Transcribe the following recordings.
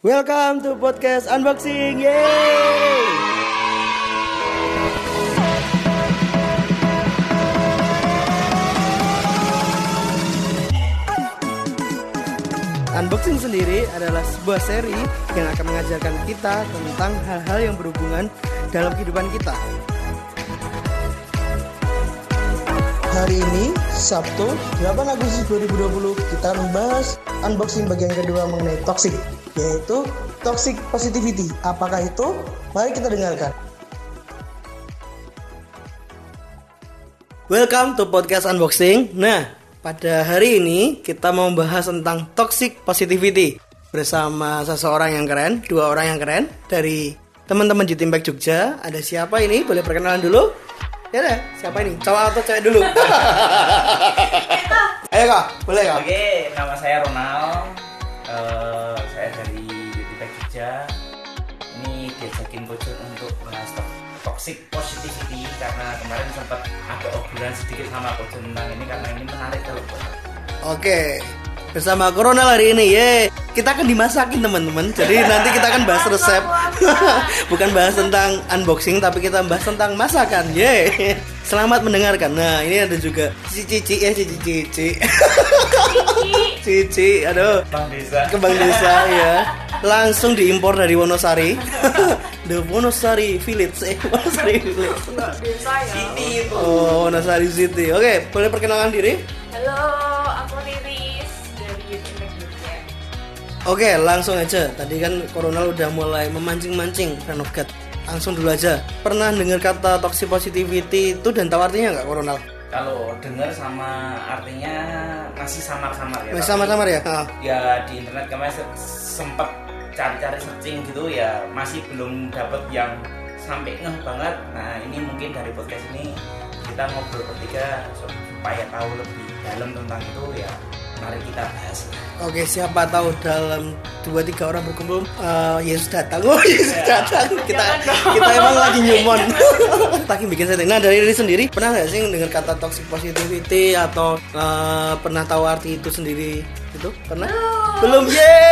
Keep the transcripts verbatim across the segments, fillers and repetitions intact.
Welcome to podcast unboxing. Yeay. Unboxing sendiri adalah sebuah seri yang akan mengajarkan kita tentang hal-hal yang berhubungan dalam kehidupan kita. Hari ini, Sabtu, delapan Agustus dua ribu dua puluh, kita membahas unboxing bagian kedua mengenai toxic, yaitu toxic positivity. Apakah itu? Mari kita dengarkan. Welcome to podcast unboxing. Nah, pada hari ini kita mau membahas tentang toxic positivity bersama seseorang yang keren, dua orang yang keren dari teman-teman di Timbek Jogja. Ada siapa ini? Boleh perkenalan dulu? Ya deh, siapa ini? Cowok atau cewek dulu? Ayo kak, boleh kak? Oke, nama saya Ronald. uh, Saya dari Timbek Jogja. Ini diajakin Kojon untuk bahas toxic positivity karena kemarin sempat ada obrolan sedikit sama Kojon tentang ini karena ini menarik kalau buat aku. Oke, bersama Ronald hari ini, ye. Kita akan dimasakin teman-teman. Jadi nanti kita akan bahas resep. Bukan bahas tentang unboxing, tapi kita bahas tentang masakan, ye. Selamat mendengarkan. Nah, ini ada juga Cici, ya Cici, Cici. Cici, aduh. Bang Desa. Ke Bang Desa, ya. Langsung diimpor dari Wonosari. The Wonosari Village, eh Wonosari Village. Desa ya. City itu. Oh, Wonosari City. Oke, boleh perkenalkan diri? Halo, aku Riris dari Timbek Jogja. Oke, langsung aja. Tadi kan Corona udah mulai memancing-mancing, Friend of God. Langsung dulu aja. Pernah dengar kata toxic positivity itu dan tahu artinya nggak, Corona? Kalau dengar sama artinya masih samar-samar ya. Masih tapi samar-samar ya? Ha. Ya di internet kemarin se- sempet cari-cari searching gitu ya, masih belum dapat yang sampai ngeh banget. Nah ini mungkin dari podcast ini kita ngobrol bertiga supaya tahu lebih dalam tentang itu ya. Mari kita bahas. Oke, siapa tahu dalam dua tiga orang berkumpul uh, Yesus datang. Oh, Yesus datang. Kita kita emang lagi nyumon. Lagi bikin setting. Nah, dari diri sendiri pernah nggak sih dengar kata toxic positivity atau uh, pernah tahu arti itu sendiri? Itu pernah? Belum.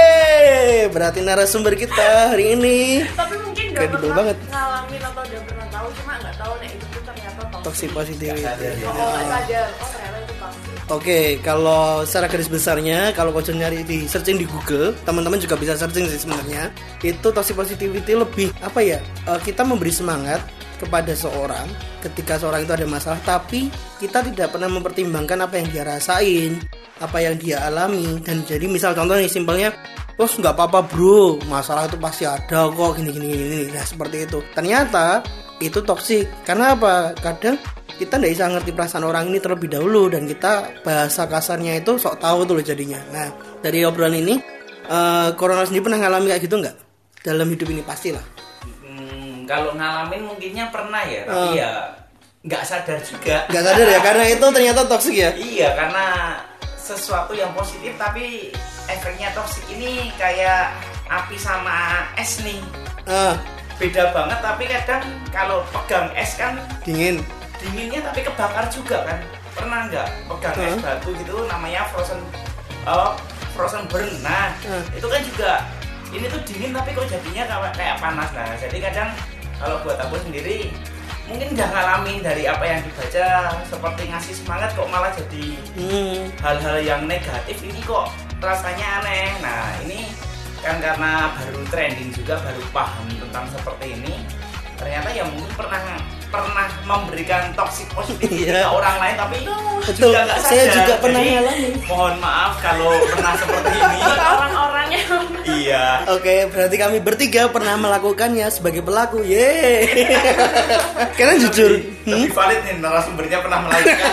Yeay. Berarti narasumber kita hari ini Tapi mungkin udah Credible pernah banget. ngalamin atau udah pernah tahu, cuma nggak tahu nih itu tuh ternyata toxic toxic. positivity. Nggak sadar, ya. Oh, nggak sadar. Oh, ternyata itu toxic. Oke, kalau secara garis besarnya, kalau kau nyari di searching di Google, teman-teman juga bisa searching sih sebenarnya. Itu toxic positivity lebih apa ya? Uh, kita memberi semangat kepada seorang ketika seorang itu ada masalah, tapi kita tidak pernah mempertimbangkan apa yang dia rasain, apa yang dia alami. Dan jadi misal contoh nih simpelnya, oh nggak apa-apa bro, masalah itu pasti ada kok, gini gini gini. Nah seperti itu. Ternyata itu toksik. Karena apa? Kadang kita nggak bisa ngerti perasaan orang ini terlebih dahulu dan kita bahasa kasarnya itu sok tahu tuh loh jadinya. Nah dari obrolan ini, uh, Corona sendiri pernah ngalamin kayak gitu nggak? Dalam hidup ini pastilah. Hmm, kalau ngalamin mungkinnya pernah ya, tapi Oh. ya nggak sadar juga. Nggak sadar ya karena itu ternyata toksik ya. Iya, karena sesuatu yang positif tapi efeknya toksik ini kayak api sama es nih. Uh, Beda banget, tapi kadang kalau pegang es kan dingin. dinginnya tapi kebakar juga kan. Pernah nggak pegang es Hmm. batu gitu namanya frozen oh, frozen burn. Nah, Hmm. itu kan juga ini tuh dingin tapi kok jadinya kayak kayak panas. Nah, jadi kadang kalau buat aku sendiri mungkin nggak ngalamin dari apa yang dibaca seperti ngasih semangat kok malah jadi Hmm. hal-hal yang negatif ini kok rasanya aneh. Nah ini kan karena baru trending juga, baru paham tentang seperti ini. Ternyata ya mungkin pernah pernah memberikan toxic positivity Iya. ke orang lain tapi Betul. juga nggak sadar. Saya juga pernah Jadi, ngalamin. mohon maaf kalau pernah seperti ini. Orang-orangnya. Iya. Oke, berarti kami bertiga pernah melakukannya sebagai pelaku. Yeay. Karena jujur, Lebih, lebih valid nih narasumbernya pernah melakukan.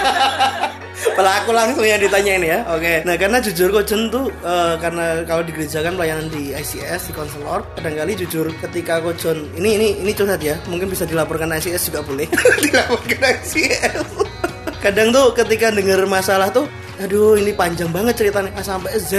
pelaku langsung yang ditanyain ya. Oke. Nah, karena jujur Kojen tuh uh, karena kalau di gereja kan pelayanan di I C S, di konselor, kadang-kali jujur ketika Kojen ini ini ini curhat ya, mungkin bisa dilaporkan I C S juga boleh. Dilaporkan I C S. Kadang tuh ketika dengar masalah tuh, aduh ini panjang banget ceritanya A sampai Z.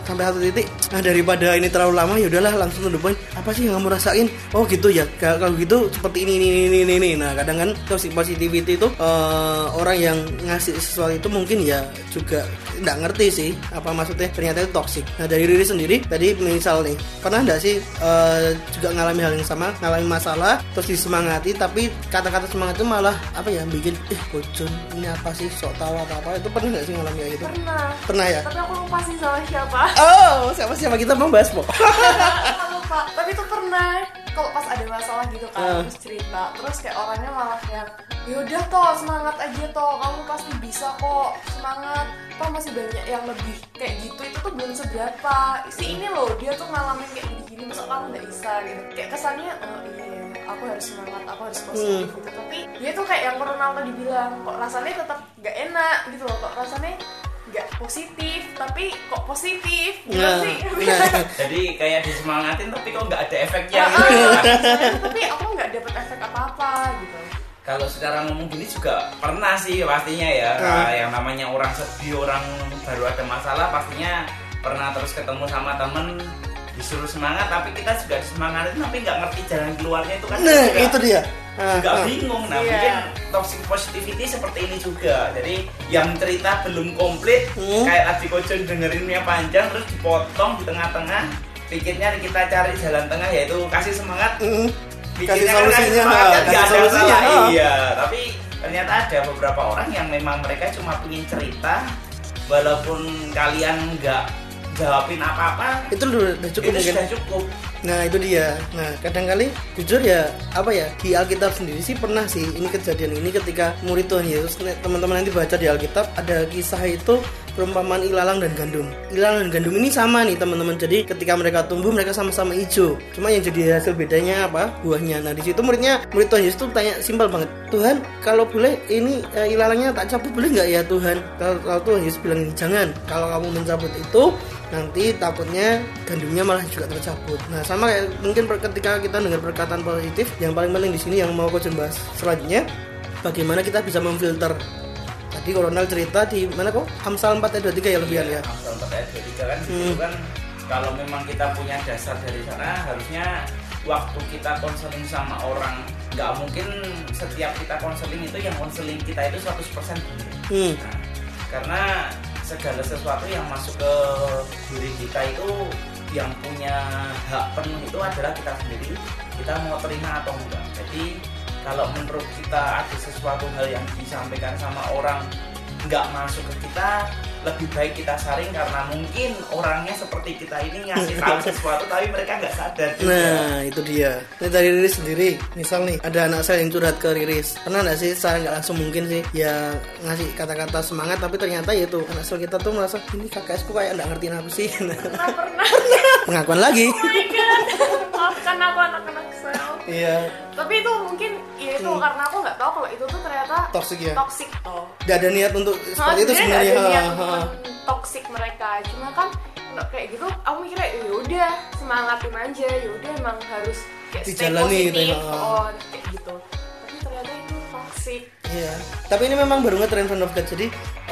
sampai satu titik, nah daripada ini terlalu lama ya udahlah langsung to the point. Apa sih yang kamu rasain? Oh gitu ya, kalau gitu seperti ini ini ini ini, ini. Nah kadang kan toxic positivity itu uh, orang yang ngasih sesuatu itu mungkin ya juga nggak ngerti sih apa maksudnya ternyata itu toxic. Nah dari diri sendiri tadi misal nih, pernah nggak sih uh, juga ngalami hal yang sama, ngalami masalah terus disemangati tapi kata-kata semangat itu malah apa ya bikin eh kocun ini apa sih sok tawa atau apa, itu pernah nggak sih ngalami kayak gitu? Pernah. Pernah ya? Tapi aku lupa sih sama siapa. Oh siapa siapa kita mau bahas po? Aku lupa. Tapi itu pernah. Kalau pas ada masalah gitu kan, Uh. terus cerita, terus kayak orangnya malah yang yaudah toh semangat aja toh, kamu pasti bisa kok, semangat. Toh masih banyak yang lebih kayak gitu, itu tuh belum seberapa. Si ini loh dia tuh ngalamin kayak gini-gini, masa kamu nggak bisa gitu. Kayak kesannya, oh iya aku harus semangat, aku harus positif Hmm. gitu. Tapi dia tuh kayak yang Ronaldo dibilang, kok rasanya tetap nggak enak gitu loh, kok rasanya nggak positif tapi kok positif gitu Nah, sih. nah. Jadi kayak disemangatin tapi kok nggak ada efeknya Ah, gitu ya. ah, tapi aku nggak dapet efek apa-apa gitu. Kalau secara ngomong gini juga pernah sih pastinya ya. Hmm. Nah, yang namanya orang sedih, orang baru ada masalah pastinya pernah terus ketemu sama temen disuruh semangat tapi kita juga disemangatin tapi nggak ngerti jalan keluarnya itu kan. Nah juga, itu dia. Nah, juga nah. bingung. Nah Iya. mungkin toxic positivity seperti ini juga. Jadi yang cerita belum komplit Hmm. kayak tadi Kocun dengerinnya panjang terus dipotong di tengah-tengah. Pikirnya kita cari jalan tengah yaitu kasih semangat. Mm. Bikinnya Kasih kan solusinya, kasih semangat, ha, kan kasih nggak ada solusinya, masalah. ha. Iya, tapi ternyata ada beberapa orang yang memang mereka cuma pengen cerita walaupun kalian nggak jawabin apa-apa Itu udah, udah cukup itu mungkin. sudah cukup. Nah itu dia. Nah kadang kali jujur ya apa ya di Alkitab sendiri sih pernah sih ini kejadian ini ketika murid Tuhan Yesus, teman-teman nanti baca di Alkitab ada kisah itu perumpamaan ilalang dan gandum. Ilalang dan gandum ini sama nih teman-teman. Jadi ketika mereka tumbuh mereka sama-sama hijau. Cuma yang jadi hasil bedanya apa? Buahnya. Nah di situ muridnya murid Tuhan Yesus tuh tanya simpel banget. Tuhan kalau boleh ini eh, ilalangnya tak cabut boleh nggak ya Tuhan? Kalau, kalau Tuhan Yesus bilang jangan. Kalau kamu mencabut itu nanti takutnya gandumnya malah juga tercabut. Nah sama kayak mungkin ketika kita dengar perkataan positif, yang paling penting di sini yang mau Coach bahas selanjutnya, bagaimana kita bisa memfilter. Tadi Ronald cerita di mana kok Amsal empat ayat dua puluh tiga ya lebihan ya. Amsal empat ayat dua puluh tiga kan Hmm. situ kan kalau memang kita punya dasar dari sana harusnya waktu kita konseling sama orang nggak mungkin setiap kita konseling itu yang konseling kita itu seratus persen benar. Hmm. Nah, karena segala sesuatu yang masuk ke diri kita itu yang punya hak penuh itu adalah kita sendiri, kita mau terima atau enggak. Jadi kalau menurut kita ada sesuatu hal yang disampaikan sama orang nggak masuk ke kita, lebih baik kita saring karena mungkin orangnya seperti kita ini ngasih tahu sesuatu tapi mereka nggak sadar juga. Nah itu dia. Ini dari Riris sendiri. Misal nih ada anak saya yang curhat ke Riris. Pernah nggak sih secara nggak langsung mungkin sih ya ngasih kata-kata semangat tapi ternyata ya itu anak saya kita tuh merasa ini K K S ku kayak nggak ngertiin aku sih. Nah, Pernah pernah. pengakuan lagi. Oh my god. Maafkan aku anak-anak saya. Iya. Tapi itu mungkin ya itu Hmm. karena aku nggak tahu kalau itu tuh ternyata Toxic ya. toxic toh. Gak ada niat untuk seperti itu Sebenarnya sebenarnya. nggak ada niat Ha, ha. untuk toxic mereka, cuma kan kalau kayak gitu aku mikirnya ya udah semangatin aja, ya udah emang harus kayak stay Dijalani gitu positif, ya. oh kayak gitu. Tapi ternyata itu toxic. Iya. Tapi ini memang baru ngetren Friend of God. Jadi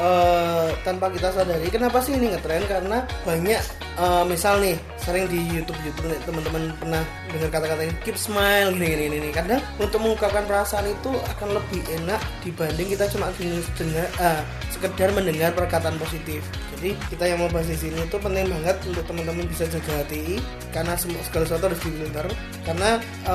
eh, tanpa kita sadari kenapa sih ini ngetren, karena banyak eh, misal nih sering di YouTube YouTube nih, teman-teman pernah dengar kata-kata ini keep smile gini gini gini. Kadang untuk mengungkapkan perasaan itu akan lebih enak dibanding kita cuma dengar ah, sekedar mendengar perkataan positif. Jadi kita yang mau bahas di sini itu penting banget untuk teman-teman bisa jaga hati, karena semua segala sesuatu harus difilter. Karena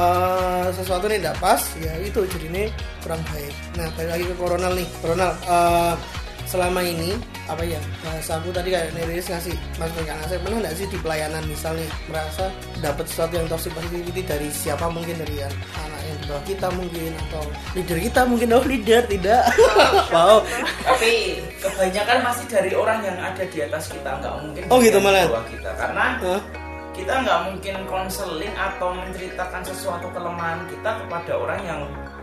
eh, sesuatu ini tidak pas, ya itu jadi ini kurang baik. Nah balik lagi ke Ronald nih, Ronald eh, selama ini apa ya bahasa aku tadi kayak Neris ngasih masukan ke anak saya, pernah nggak sih di pelayanan misal nih merasa dapat sesuatu yang toxic positivity dari siapa, mungkin dari yang anak yang di bawah kita mungkin atau leader kita mungkin. Oh leader tidak. Wow. Tapi kebanyakan masih dari orang yang ada di atas kita, nggak mungkin Oh, gitu yang di malah. bawah kita karena Hah? kita nggak mungkin konseling atau menceritakan sesuatu kelemahan kita kepada orang yang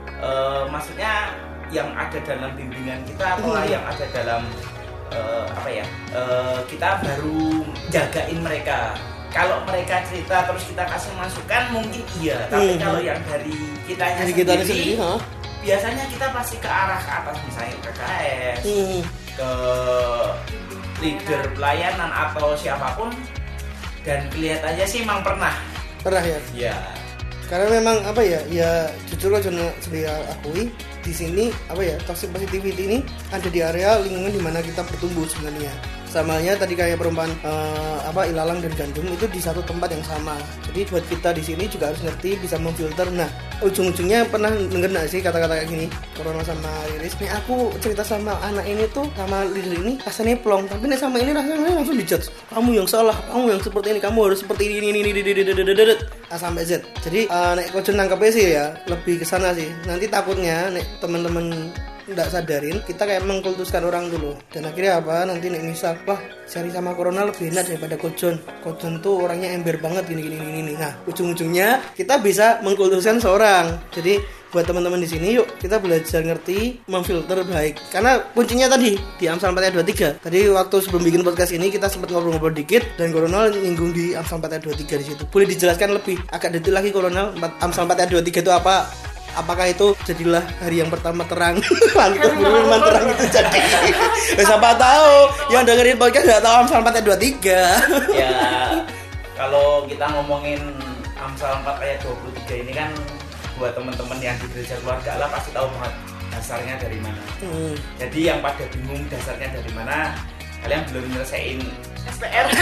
eh, maksudnya yang ada dalam bimbingan kita atau Hmm. yang ada dalam eh, apa ya eh, kita baru jagain mereka. Kalau mereka cerita terus kita kasih masukan mungkin iya, tapi Hmm. kalau yang dari kitanya Jadi kita sendiri, sendiri, ha? biasanya kita pasti ke arah ke atas, misalnya ke K K S, Hmm. ke leader pelayanan atau siapapun, dan kelihatannya sih emang pernah Pernah ya? ya. Karena memang apa ya, ya jujur aja sendiri akui di sini apa ya, toxic positivity ini ada di area lingkungan dimana kita bertumbuh sebenarnya. Samanya tadi kayak perumpamaan uh, apa ilalang dan gandum itu di satu tempat yang sama. Jadi buat kita di sini juga harus ngerti bisa memfilter. Nah, ujung-ujungnya pernah denger nggak sih kata-kata kayak gini? Corona sama Iris, nih aku cerita sama anak ini tuh sama leader ini rasanya plong, tapi nih sama ini rasanya langsung dijudge. Kamu yang salah, kamu yang seperti ini, kamu harus seperti ini ini ini ini A sampai Z. Jadi uh, nek kojon nangkepnya sih ya lebih ke sana sih. Nanti takutnya nek teman-teman nggak sadarin kita kayak mengkultuskan orang dulu, dan akhirnya apa nanti nih misal wah Sari sama Corona lebih enak daripada Kojon, Kojon tuh orangnya ember banget gini gini gini. Nah ujung-ujungnya kita bisa mengkultuskan seorang. Jadi buat teman-teman di sini yuk kita belajar ngerti memfilter baik, karena kuncinya tadi di Amsal empat ayat dua puluh tiga. Tadi waktu sebelum bikin podcast ini kita sempat ngobrol-ngobrol dikit dan Corona nyinggung di Amsal empat ayat dua puluh tiga di situ. Boleh dijelaskan lebih agak detail lagi Corona Amsal empat ayat dua puluh tiga itu apa? Apakah itu jadilah hari yang pertama terang? Mantap, firman terang itu jadi. Siapa tahu yang dengerin podcast enggak tahu Amsal empat ayat dua puluh tiga. Ya, kalau kita ngomongin Amsal empat ayat dua puluh tiga ini kan buat teman-teman yang di gereja keluarga Allah pasti tahu banget dasarnya dari mana. Hmm. Jadi yang pada bingung dasarnya dari mana, kalian belum nyelesain S P R.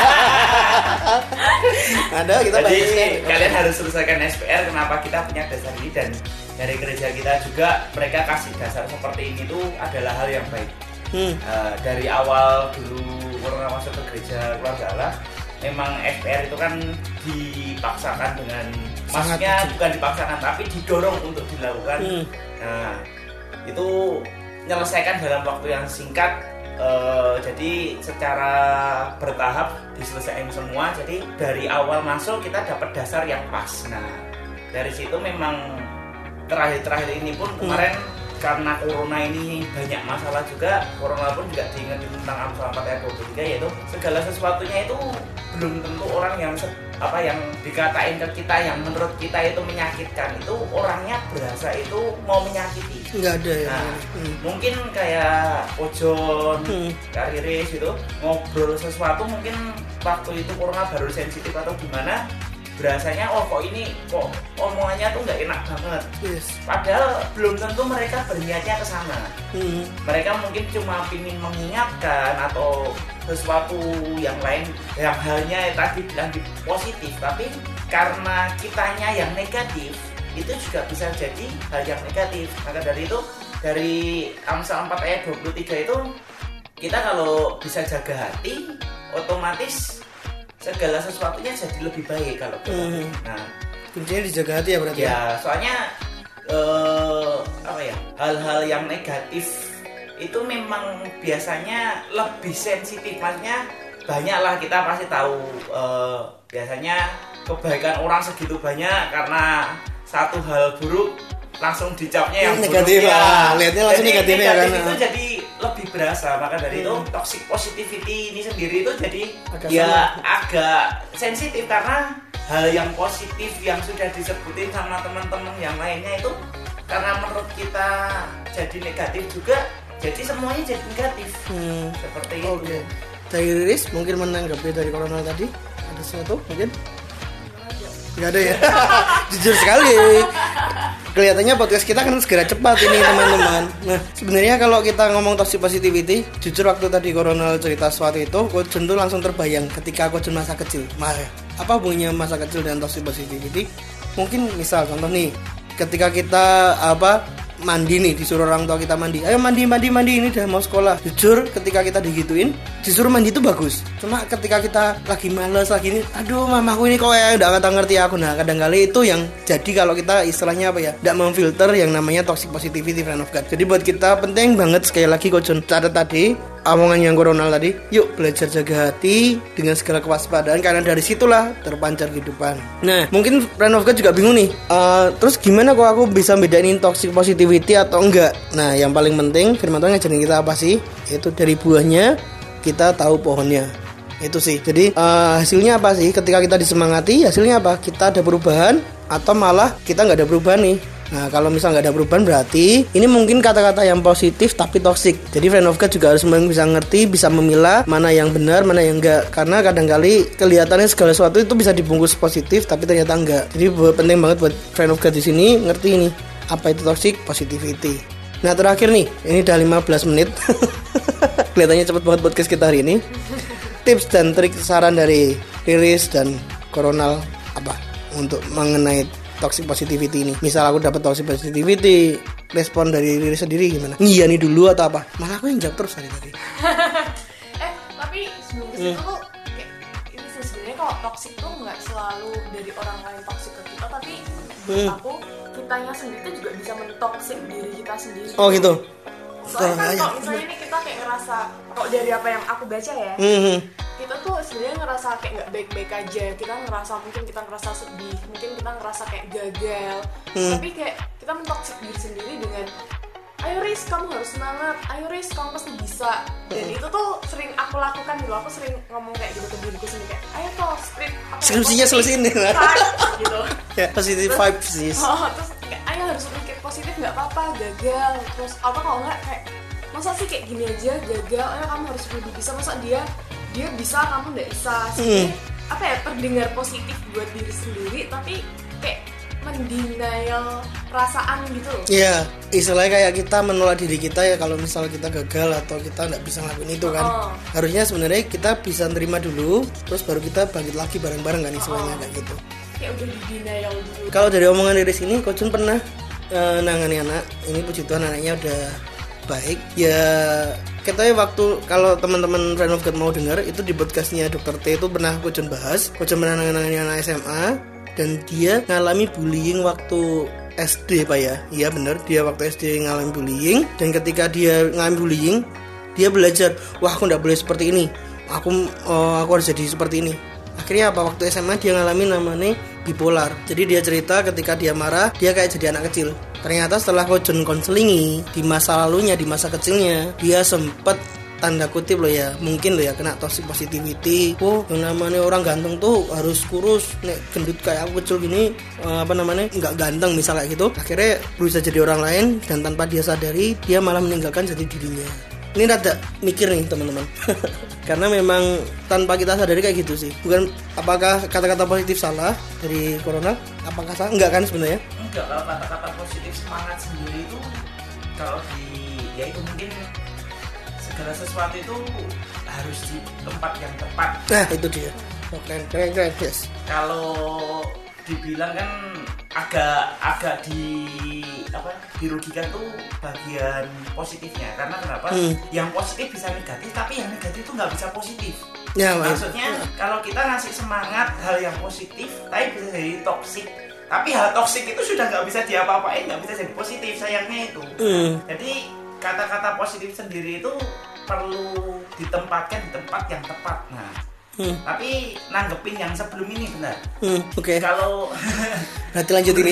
Ada kita Jadi bahas, kalian harus selesaikan S P R. Kenapa kita punya dasar ini, dan dari gereja kita juga mereka kasih dasar seperti ini tuh adalah hal yang baik. Hmm. Uh, dari awal dulu Corona masuk ke gereja keluarga Allah, memang S P R itu kan dipaksakan dengan, maksudnya bukan dipaksakan tapi didorong untuk dilakukan. Hmm. Nah itu menyelesaikan dalam waktu yang singkat. Uh, jadi secara bertahap diselesaikan semua. Jadi dari awal masuk kita dapat dasar yang pas. Nah dari situ memang terakhir-terakhir ini pun kemarin hmm. karena Corona ini banyak masalah juga, Corona pun juga diingetin tentang Amsal empat ayat dua puluh tiga, yaitu segala sesuatunya itu belum tentu orang yang apa yang dikatain ke kita yang menurut kita itu menyakitkan itu orangnya berasa itu mau menyakiti. Enggak ada ya. Nah, hmm. mungkin kayak Ojon, hmm. Kariris itu ngobrol sesuatu mungkin waktu itu Corona baru sensitif atau gimana, berasanya oh kok ini kok omongannya tuh nggak enak banget. Yes. Padahal belum tentu mereka berniatnya ke sana. Hmm. Mereka mungkin cuma ingin mengingatkan atau sesuatu yang lain yang halnya tadi bilang positif, tapi karena kitanya yang negatif itu juga bisa jadi hal yang negatif. Maka dari itu dari Amsal empat ayat dua puluh tiga itu kita kalau bisa jaga hati otomatis segala sesuatunya jadi lebih baik kalau hmm. Nah kuncinya dijaga hati ya berarti ya, soalnya uh, apa ya hal-hal yang negatif itu memang biasanya lebih sensitif, maksudnya banyaklah kita pasti tahu uh, biasanya kebaikan orang segitu banyak karena satu hal buruk langsung dicapnya yang negatif buruk, ya. Lihatnya langsung jadi negatif negatif kan. Itu jadi lebih berasa, maka dari hmm. itu toxic positivity ini sendiri itu jadi agak ya sama. agak sensitif karena hal yang positif yang sudah disebutin sama teman-teman yang lainnya itu karena menurut kita jadi negatif juga, jadi semuanya jadi negatif. Hmm. Seperti itu. Okay. Dari Riris mungkin menanggapi dari Corona tadi ada sesuatu mungkin? Nggak ada ya. Jujur sekali. Kelihatannya podcast kita kan segera cepat ini teman-teman. Nah sebenarnya kalau kita ngomong toxic positivity, jujur waktu tadi Corona cerita sesuatu itu, Kojon tuh langsung terbayang ketika Kojon masa kecil. Mas, apa hubungannya masa kecil dan toxic positivity? Mungkin misal contoh nih, ketika kita apa mandi nih, disuruh orang tua kita mandi, ayo mandi mandi mandi ini udah mau sekolah. Jujur ketika kita digituin disuruh mandi itu bagus, cuma ketika kita lagi males lagi ini, aduh mamaku ini kok ya udah kata ngerti aku. Nah kadang kali itu yang jadi kalau kita istilahnya apa ya, tidak memfilter yang namanya toxic positivity, friend of God. Jadi buat kita penting banget sekali lagi Kojon catat tadi omongan yang Corona tadi, yuk belajar jaga hati dengan segala kewaspadaan, karena dari situlah terpancar kehidupan. Nah mungkin friend of God juga bingung nih, uh, terus gimana kok aku bisa bedain toxic positivity atau enggak? Nah yang paling penting firman Tuhan ngajarin kita apa sih? Itu dari buahnya kita tahu pohonnya. Itu sih. Jadi uh, hasilnya apa sih? Ketika kita disemangati, hasilnya apa? Kita ada perubahan atau malah kita nggak ada perubahan nih? Nah, kalau misal nggak ada perubahan berarti ini mungkin kata-kata yang positif tapi toksik. Jadi friend of God juga harus bisa ngerti, bisa memilah mana yang benar, mana yang enggak. Karena kadang-kali kelihatannya segala sesuatu itu bisa dibungkus positif tapi ternyata enggak. Jadi penting banget buat friend of God di sini ngerti ini apa itu toxic positivity. Nah, terakhir nih, ini udah lima belas menit. Kelihatannya cepet banget podcast kita hari ini. Tips dan trik saran dari Riris dan Coronal apa untuk mengenai toxic positivity ini. Misal aku dapat toxic positivity, respon dari Riris sendiri gimana? Iya nih dulu atau apa? Malah aku yang jawab terus hari tadi. eh tapi sebelum ke situ hmm. tuh kayak ini sih sebenarnya kalau toxic tuh nggak selalu dari orang lain toxic ke kita, tapi menurut hmm. aku kitanya sendiri tuh juga bisa mentoxic diri kita sendiri. Oh gitu. Soalnya kan kalau misalnya ini kita kayak ngerasa, kok dari apa yang aku baca ya, mm-hmm. kita tuh sebenarnya ngerasa kayak nggak baik-baik aja. Kita ngerasa mungkin kita ngerasa sedih, mungkin kita ngerasa kayak gagal. Mm. Tapi kayak kita mentoksik diri sendiri dengan, ayo Riz, kamu harus semangat, ayo Riz, kamu pasti bisa. Dan mm. itu tuh sering aku lakukan dulu. Aku sering ngomong kayak gitu ke diriku sendiri kayak, ayo toh sprint. Skripsinya selesaiin nih lah. Gitu. Ya positive vibe sih. Oh, terus kayak, ayo harus berpikir positif, nggak apa-apa gagal. Terus apa kalau nggak kayak, masa sih kayak gini aja gagal, ayo kamu harus lebih bisa, masa dia dia bisa kamu nggak bisa. Sebenarnya hmm. apa ya, terdengar positif buat diri sendiri tapi kayak mendenial perasaan gitu loh. Iya, istilahnya kayak kita menolak diri kita ya kalau misal kita gagal atau kita nggak bisa ngelakuin itu kan. Oh. Harusnya sebenarnya kita bisa terima dulu, terus baru kita bangkit lagi bareng-bareng kan istilahnya oh. kayak gitu. Kayak udah di denial dulu. Kalau dari omongan Riris ini, Coach Jun pernah uh, nangani anak. Ini puji Tuhan anaknya udah baik. Ya katanya waktu kalau teman-teman Friend of God mau dengar itu di podcastnya Dokter T itu pernah Coach Jun bahas. Coach Jun pernah nangani anak S M A dan dia ngalami bullying waktu S D Pak ya. Iya benar, dia waktu S D ngalami bullying. Dan ketika dia ngalami bullying, dia belajar, wah aku gak boleh seperti ini, Aku uh, aku harus jadi seperti ini. Akhirnya apa, waktu S M A dia ngalami namanya bipolar. Jadi dia cerita ketika dia marah, dia kayak jadi anak kecil. Ternyata setelah Coach Jun konselingi di masa lalunya, di masa kecilnya, dia sempat tanda kutip loh ya, mungkin loh ya kena toxic positivity. Oh, yang namanya orang ganteng tuh harus kurus, nek gendut kayak aku kecil gini uh, apa namanya nggak ganteng misalnya gitu. Akhirnya berusaha jadi orang lain dan tanpa dia sadari dia malah meninggalkan jati dirinya. Ini rada mikir nih teman-teman. Karena memang tanpa kita sadari kayak gitu sih. Bukan apakah kata-kata positif salah dari Corona? Apakah salah? Enggak kan sebenarnya? Enggak, kalau kata-kata positif semangat sendiri itu kalau di ya itu mungkin segala sesuatu itu harus di tempat yang tepat. Nah itu dia. Oh, keren, keren, keren, yes. Kalau dibilang kan agak agak di apa dirugikan tuh bagian positifnya, karena kenapa? Hmm. Yang positif bisa negatif, tapi yang negatif tuh nggak bisa positif. Ya, maksudnya ya. Kalau kita ngasih semangat hal yang positif, tapi bisa jadi toksik. Tapi hal toksik itu sudah nggak bisa diapa-apain, nggak bisa jadi positif, sayangnya itu. Hmm. Jadi kata-kata positif sendiri itu perlu ditempatkan di tempat yang tepat. Nah, hmm. tapi nanggepin yang sebelum ini benar. Hmm, Oke. Okay. Kalau berarti lanjut ini.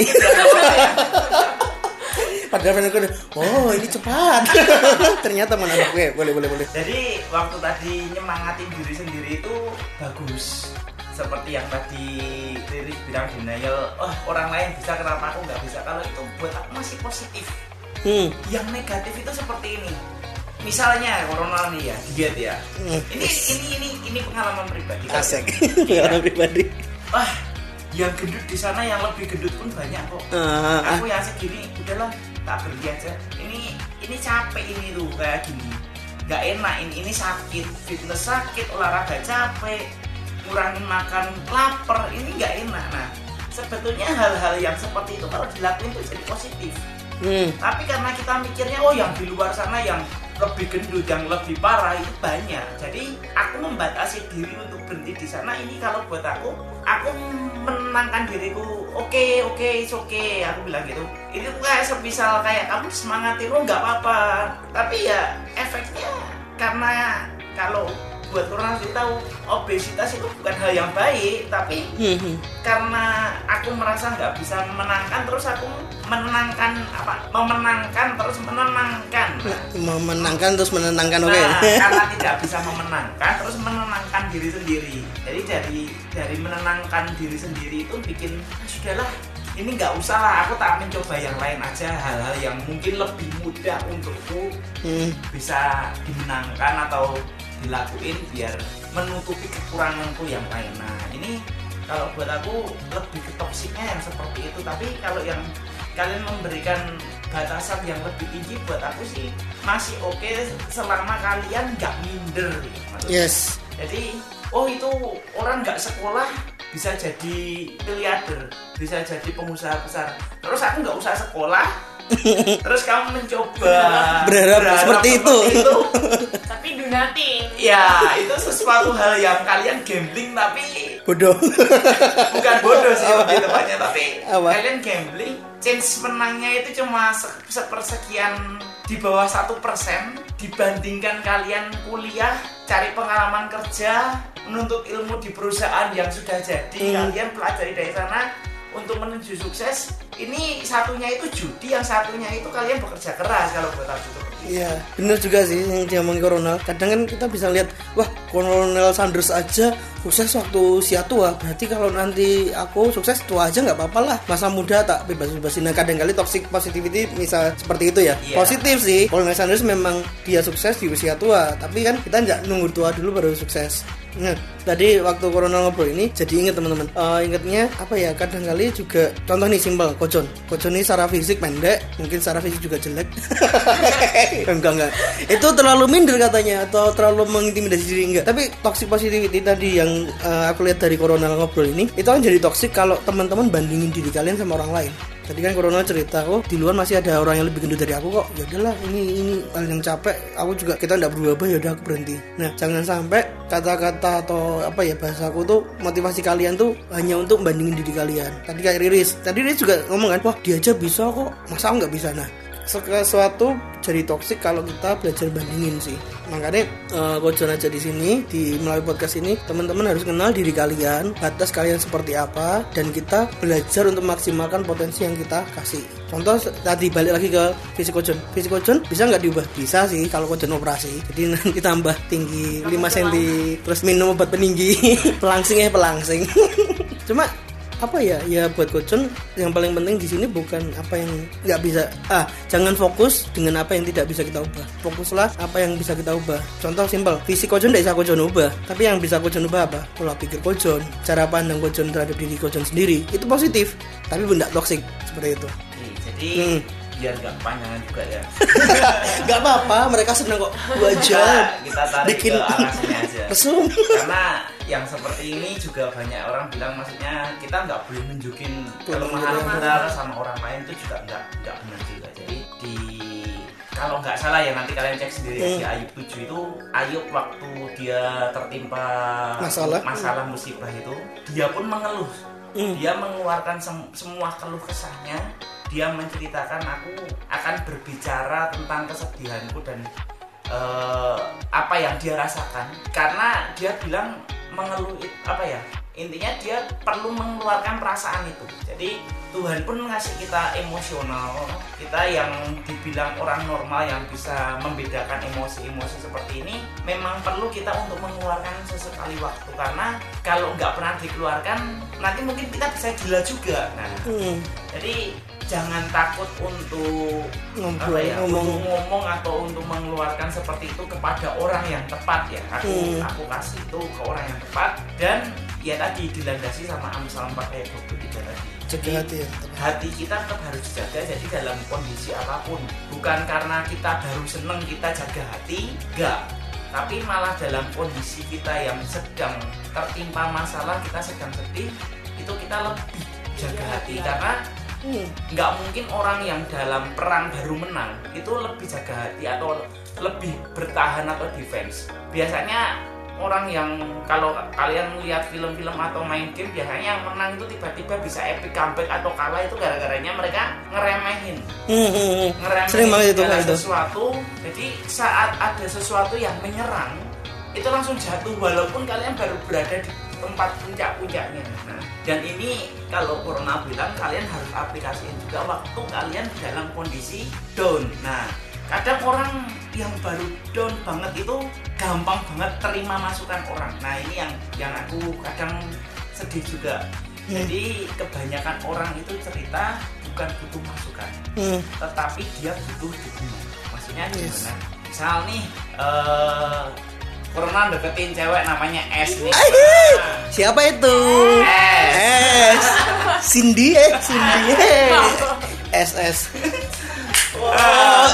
Padahal aku udah, oh ini cepat. Ternyata mana gue, boleh boleh boleh. Jadi waktu tadi nyemangatin diri sendiri itu bagus. Seperti yang tadi Riris bilang denial, oh orang lain bisa kenapa aku nggak bisa. Kalau itu buat aku masih positif. Hmm. Yang negatif itu seperti ini. Misalnya Corona nih ya, diet ya. Hmm. Ini ini ini ini pengalaman pribadi. Asik. Pengalaman pribadi. Wah, yang gendut di sana yang lebih gendut pun banyak kok. Uh, aku yang segini udahlah tak berhenti aja. Ini ini capek ini tuh kayak gini. Gak enak ini ini sakit, fitness sakit, olahraga capek, ngurangin makan lapar, ini gak enak. Nah, sebetulnya hal-hal yang seperti itu kalau dilakuin tuh jadi positif. Hmm. Tapi karena kita mikirnya oh yang di luar sana yang lebih gendut, yang lebih parah itu banyak. Jadi aku membatasi diri untuk berhenti di sana. Ini kalau buat aku, aku menenangkan diriku. Oke, okay, oke, okay, it's okay. Aku bilang gitu. Itu kayak semisal kayak kamu semangatin lo nggak apa-apa. Tapi ya efeknya karena kalau buat orang sih tahu obesitas itu bukan hal yang baik, tapi hmm. karena aku merasa nggak bisa menenangkan, terus aku menenangkan apa memenangkan terus menenangkan memenangkan terus menenangkan oke nah, okay. Karena tidak bisa memenangkan terus menenangkan diri sendiri. Jadi dari dari menenangkan diri sendiri itu bikin ah, sudahlah ini nggak usah lah, aku tak mencoba yang lain aja, hal-hal yang mungkin lebih mudah untukku hmm. bisa dimenangkan atau dilakuin biar menutupi kekuranganku yang lain. Nah ini kalau buat aku lebih ke toksiknya yang seperti itu. Tapi kalau yang kalian memberikan batasan yang lebih tinggi, buat aku sih masih oke okay selama kalian nggak minder. Yes. Jadi oh itu orang nggak sekolah bisa jadi miliarder, bisa jadi pengusaha besar. Terus aku nggak usah sekolah, terus kamu mencoba berharap, berharap seperti, seperti itu, itu. Tapi do nothing. Ya itu sesuatu hal yang kalian gambling tapi bodoh. Bukan bodoh sih lebih tepatnya, tapi apa? Kalian gambling, chance menangnya itu cuma sepersekian di bawah satu persen dibandingkan kalian kuliah, cari pengalaman kerja, menuntut ilmu di perusahaan yang sudah jadi, hmm. kalian pelajari dari sana untuk menuju sukses. Ini satunya itu judi, yang satunya itu kalian bekerja keras kalau buat aku. Iya, benar juga sih yang zaman corona. Kadang kan kita bisa lihat, wah Kolonel Sanders aja sukses waktu usia tua. Berarti kalau nanti aku sukses tua aja nggak apa-apa lah. Masa muda tak bebas-bebasin. Nah kadang kali toxic positivity misal seperti itu ya. Yeah. Positif sih. Kolonel Sanders memang dia sukses di usia tua. Tapi kan kita nggak nunggu tua dulu baru sukses. Nah, tadi waktu corona ngobrol ini jadi inget teman-teman. Uh, ingetnya apa ya? Kadang kali juga contoh nih simpel, Kojon. Kojon ini secara fisik pendek, mungkin secara fisik juga jelek. enggak enggak. Itu terlalu minder katanya atau terlalu mengintimidasi diri enggak. Tapi toxic positivity tadi yang uh, aku lihat dari corona ngobrol ini, itu kan jadi toxic kalau teman-teman bandingin diri kalian sama orang lain. Tadi kan Corona cerita, oh di luar masih ada orang yang lebih gendut dari aku kok. Ya udahlah, ini ini hal yang capek. Aku juga kita enggak berubah, ya udah aku berhenti. Nah, jangan sampai kata-kata atau apa ya bahasa aku tuh motivasi kalian tuh hanya untuk bandingin diri kalian. Tadi kayak Riris, tadi Riris juga ngomong kan, wah dia aja bisa kok, masa aku nggak bisa. Nah, sesuatu jadi toksik kalau kita belajar bandingin sih. Makanya uh, Kojon aja di sini di melalui podcast ini teman-teman harus kenal diri kalian, batas kalian seperti apa, dan kita belajar untuk maksimalkan potensi yang kita kasih. Contoh tadi balik lagi ke fisik Kojon. Fisik Kojon bisa nggak diubah? Bisa sih kalau Kojon operasi. Jadi nanti tambah tinggi lima sentimeter terus minum obat peninggi. Pelangsing ya pelangsing. Cuma apa ya ya buat Kojon yang paling penting di sini bukan apa yang nggak bisa, ah jangan fokus dengan apa yang tidak bisa kita ubah, fokuslah apa yang bisa kita ubah. Contoh simpel, fisik Kojon tidak bisa Kojon ubah, tapi yang bisa Kojon ubah apa? Pola pikir Kojon, cara pandang Kojon terhadap diri Kojon sendiri, itu positif tapi benda toksik seperti itu. Jadi hmm. biar nggak panjangan juga ya. Nggak apa-apa, mereka senang kok. Dua jam kita tarik bikin ke arahnya aja. Resum. Karena yang seperti ini juga banyak orang bilang, maksudnya kita nggak boleh nunjukin kelemahan kita sama orang lain, itu juga nggak nggak benar juga. Jadi di kalau nggak salah ya nanti kalian cek sendiri hmm. di Ayub tujuh itu, Ayub waktu dia tertimpa masalah masalah musibah itu, dia pun mengeluh. Hmm. Dia mengeluarkan sem- semua keluh kesahnya. Dia menceritakan, aku akan berbicara tentang kesedihanku dan uh, apa yang dia rasakan, karena dia bilang mengeluh apa ya, intinya dia perlu mengeluarkan perasaan itu. Jadi Tuhan pun ngasih kita emosional, kita yang dibilang orang normal yang bisa membedakan emosi-emosi seperti ini, memang perlu kita untuk mengeluarkan sesekali waktu, karena kalau nggak pernah dikeluarkan nanti mungkin kita bisa gila juga. Nah, hmm. jadi jangan takut untuk Ngobrol, apa ya, ngomong. untuk ngomong atau untuk mengeluarkan seperti itu kepada orang yang tepat ya. Aku hmm. aku kasih itu ke orang yang tepat, dan ya tadi dilandasi sama Amsal empat ayat dua puluh tiga tadi. Jaga hati ya. Hati kita tetap harus dijaga, jadi dalam kondisi apapun. Bukan karena kita baru seneng kita jaga hati, enggak. Tapi malah dalam kondisi kita yang sedang tertimpa masalah, kita sedang sedih, itu kita lebih jaga ya, hati ya. Karena nggak hmm. mungkin orang yang dalam perang baru menang itu lebih jaga hati atau lebih bertahan atau defense. Biasanya orang yang kalau kalian lihat film-film atau main game, biasanya yang menang itu tiba-tiba bisa epic comeback atau kalah itu gara-garanya mereka ngeremehin hmm. ngeremehin segala sesuatu. Jadi saat ada sesuatu yang menyerang itu langsung jatuh walaupun kalian baru berada di tempat puncak-puncaknya. Nah, dan ini kalau Corona bilang kalian harus aplikasiin juga waktu kalian dalam kondisi down. Nah, kadang orang yang baru down banget itu gampang banget terima masukan orang. Nah, ini yang yang aku kadang sedih juga. Hmm. Jadi kebanyakan orang itu cerita bukan butuh masukan, Hmm. tetapi dia butuh dukungan. Maksudnya gimana? Yes. Misal nih, eh Corona deketin cewek namanya S nih. Nah, Siapa itu? S. S. Cindy eh Cindy. eh. S S. Wah.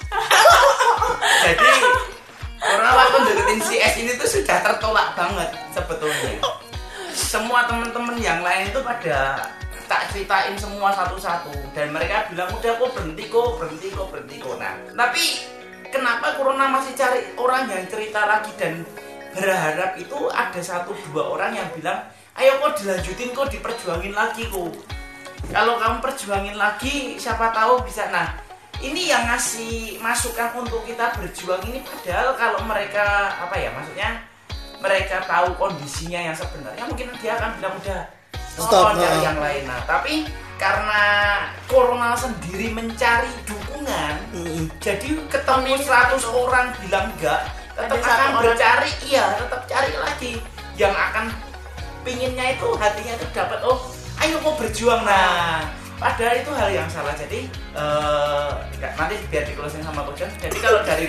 Jadi Corona waktu deketin si S ini tuh sudah tertolak banget sebetulnya. Semua teman-teman yang lain itu pada tak ceritain semua satu-satu dan mereka bilang udah kok berhenti kok berhenti kok berhenti kok. Nah, tapi kenapa Corona masih cari orang yang cerita lagi dan berharap itu ada satu dua orang yang bilang ayo kok dilanjutin kok diperjuangin lagi kok. Kalau kamu perjuangin lagi siapa tahu bisa. Nah ini yang ngasih masukan untuk kita berjuang ini padahal kalau mereka apa ya maksudnya mereka tahu kondisinya yang sebenarnya mungkin dia akan bilang udah Stop, cari nah. yang lain. Nah tapi karena Corona sendiri mencari dukungan, Mm-mm. jadi ketemu seratus orang bilang enggak, tetap Ada satu akan orang. bercari, iya tetap cari lagi yang akan pinginnya itu hatinya itu dapat oh ayo kok berjuang. Nah padahal itu hal yang salah. Jadi eh, nanti biar di closing sama Coach John. Jadi kalau dari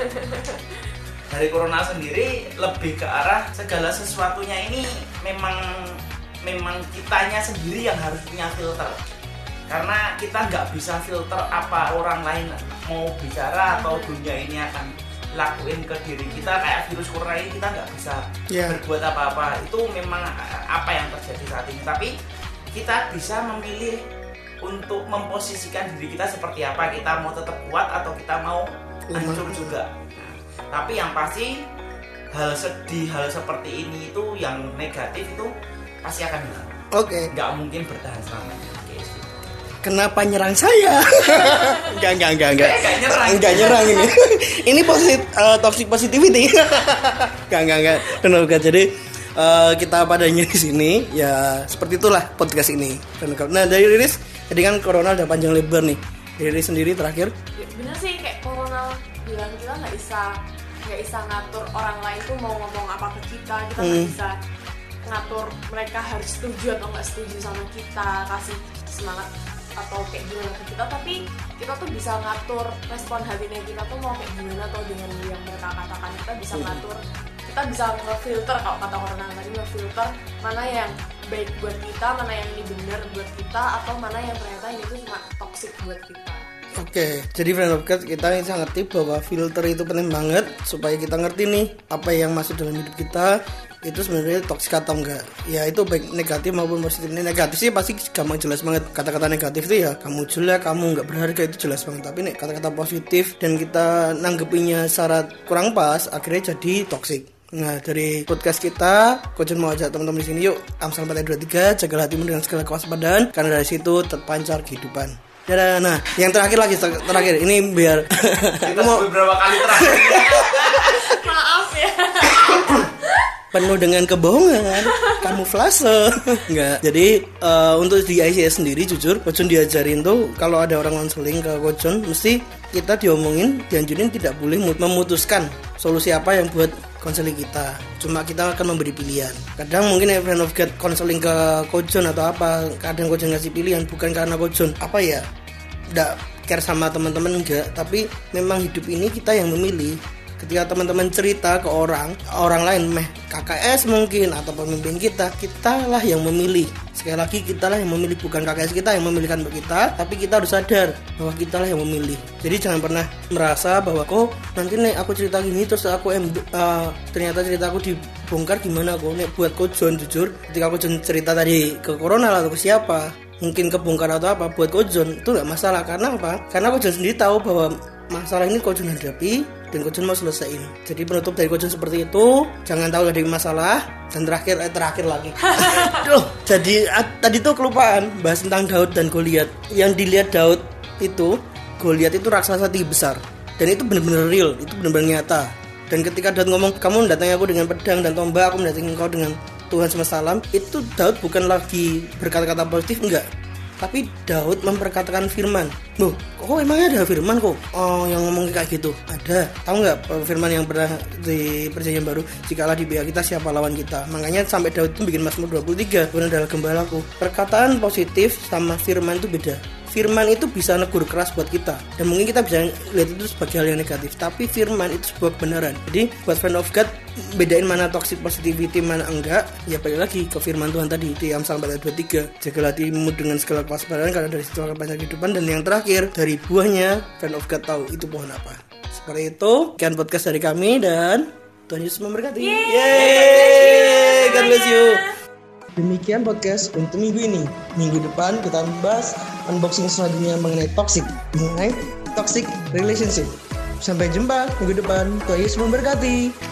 dari Corona sendiri lebih ke arah segala sesuatunya ini memang memang kitanya sendiri yang harus punya filter, karena kita nggak bisa filter apa orang lain mau bicara atau dunia ini akan lakuin ke diri kita. Kayak virus corona ini kita nggak bisa Yeah. berbuat apa-apa, itu memang apa yang terjadi saat ini. Tapi kita bisa memilih untuk memposisikan diri kita seperti apa, kita mau tetap kuat atau kita mau hancur juga. Nah, tapi yang pasti hal sedih, hal seperti ini itu yang negatif itu pasti akan hilang. Oke. Nggak mungkin bertahan selamanya. Oke. Kenapa nyerang saya? Enggak, enggak, enggak, enggak. Eh, nggak nyerang. Enggak nyerang ini. Ini positif uh, toxic positivity. Enggak, enggak, enggak. Benar, enggak. Jadi uh, kita padanya di sini ya seperti itulah podcast ini. Nah, dari Riris, jadi kan Corona udah panjang lebar nih. Dari Riris sendiri terakhir. Ya, bener sih kayak Corona bilang kita nggak bisa nggak bisa ngatur orang lain tuh mau ngomong apa ke kita, kita nggak Hmm. bisa ngatur mereka harus setuju atau nggak setuju sama kita, kasih semangat atau kayak gimana ke kita, tapi kita tuh bisa ngatur respon hatinya kita tuh mau kayak gimana atau dengan yang mereka katakan. Kita bisa Hmm. ngatur, kita bisa ngefilter kalau kata orang tadi, ngefilter mana yang baik buat kita, mana yang ini benar buat kita, atau mana yang ternyata ini tuh cuma toxic buat kita. Oke, jadi friend of God kita bisa ngerti bahwa filter itu penting banget supaya kita ngerti nih apa yang masuk dalam hidup kita itu sebenarnya toksik atau enggak. Ya itu baik negatif maupun positif. Ini negatif sih pasti gampang jelas banget. Kata-kata negatif itu ya kamu jelek, kamu nggak berharga, itu jelas banget. Tapi nih kata-kata positif dan kita nanggepinya syarat kurang pas akhirnya jadi toksik. Nah dari podcast kita, Coach mau ajak teman-teman di sini yuk Amsal empat ayat dua puluh tiga, jagalah hatimu dengan segala kewaspadaan karena dari situ terpancar kehidupan. Ya, nah, yang terakhir lagi ter- terakhir ini biar Kita aku mau beberapa kali terakhir. Maaf ya. penuh dengan kebohongan, kamuflase. Enggak. Jadi uh, untuk di I C S sendiri jujur, Coach diajarin tuh kalau ada orang konseling ke Coach mesti kita diomongin, dianjurin tidak boleh memutuskan solusi apa yang buat konseling kita. Cuma kita akan memberi pilihan. Kadang mungkin ya friend of God konseling ke Coach atau apa, kadang Coach ngasih pilihan bukan karena Coach apa ya, enggak care sama teman-teman enggak, tapi memang hidup ini kita yang memilih. Ketika teman-teman cerita ke orang, orang lain meh K K S mungkin atau pemimpin kita, kitalah yang memilih. Sekali lagi kitalah yang memilih, bukan K K S kita yang memilihkan untuk kita, tapi kita harus sadar bahwa kitalah yang memilih. Jadi jangan pernah merasa bahwa kok nanti nih aku cerita gini terus aku em, uh, ternyata cerita aku dibongkar gimana kok. Nih buat Coach John jujur, ketika Coach John cerita tadi ke Corona atau ke siapa, mungkin kebongkar atau apa, buat Coach John itu nggak masalah. Karena apa? Karena Coach John sendiri tahu bahwa masalah ini Coach John hadapi dan Coach mau selesaiin. Jadi penutup dari Coach seperti itu, jangan tahu ada masalah. Dan terakhir eh, terakhir lagi. Aduh, jadi ah, tadi tuh kelupaan bahas tentang Daud dan Goliat. Yang dilihat Daud itu, Goliat itu raksasa tinggi besar. Dan itu benar-benar real, itu benar-benar nyata. Dan ketika Daud ngomong, kamu mendatangi aku dengan pedang dan tombak, aku mendatangi engkau dengan Tuhan semesta alam, itu Daud bukan lagi berkata-kata positif, enggak. Tapi Daud memperkatakan firman. Loh, kok emangnya ada firman kok? Oh, yang ngomong kayak gitu. Ada. Tahu nggak firman yang pernah di Perjanjian Baru? Jikalau di pihak kita, siapa lawan kita? Makanya sampai Daud itu bikin Mazmur dua puluh tiga, Tuhan adalah gembalaku. Perkataan positif sama firman itu beda. Firman itu bisa negur keras buat kita, dan mungkin kita bisa lihat itu sebagai hal yang negatif, tapi firman itu sebuah kebenaran. Jadi buat fan of God, bedain mana toxic positivity, mana enggak, ya balik lagi ke firman Tuhan tadi di Amsal empat ayat dua puluh tiga. Jagalah hatimu dengan segala kewaspadaan, karena dari situ akan banyak kehidupan. Dan yang terakhir, dari buahnya fan of God tahu itu pohon apa. Seperti itu, sekian podcast dari kami, dan Tuhan Yesus memberkati. Yeay, God bless you. Demikian podcast untuk minggu ini. Minggu depan kita bahas unboxing selanjutnya mengenai toxic, mengenai toxic relationship. Sampai jumpa minggu depan. Tuhan Yesus memberkati.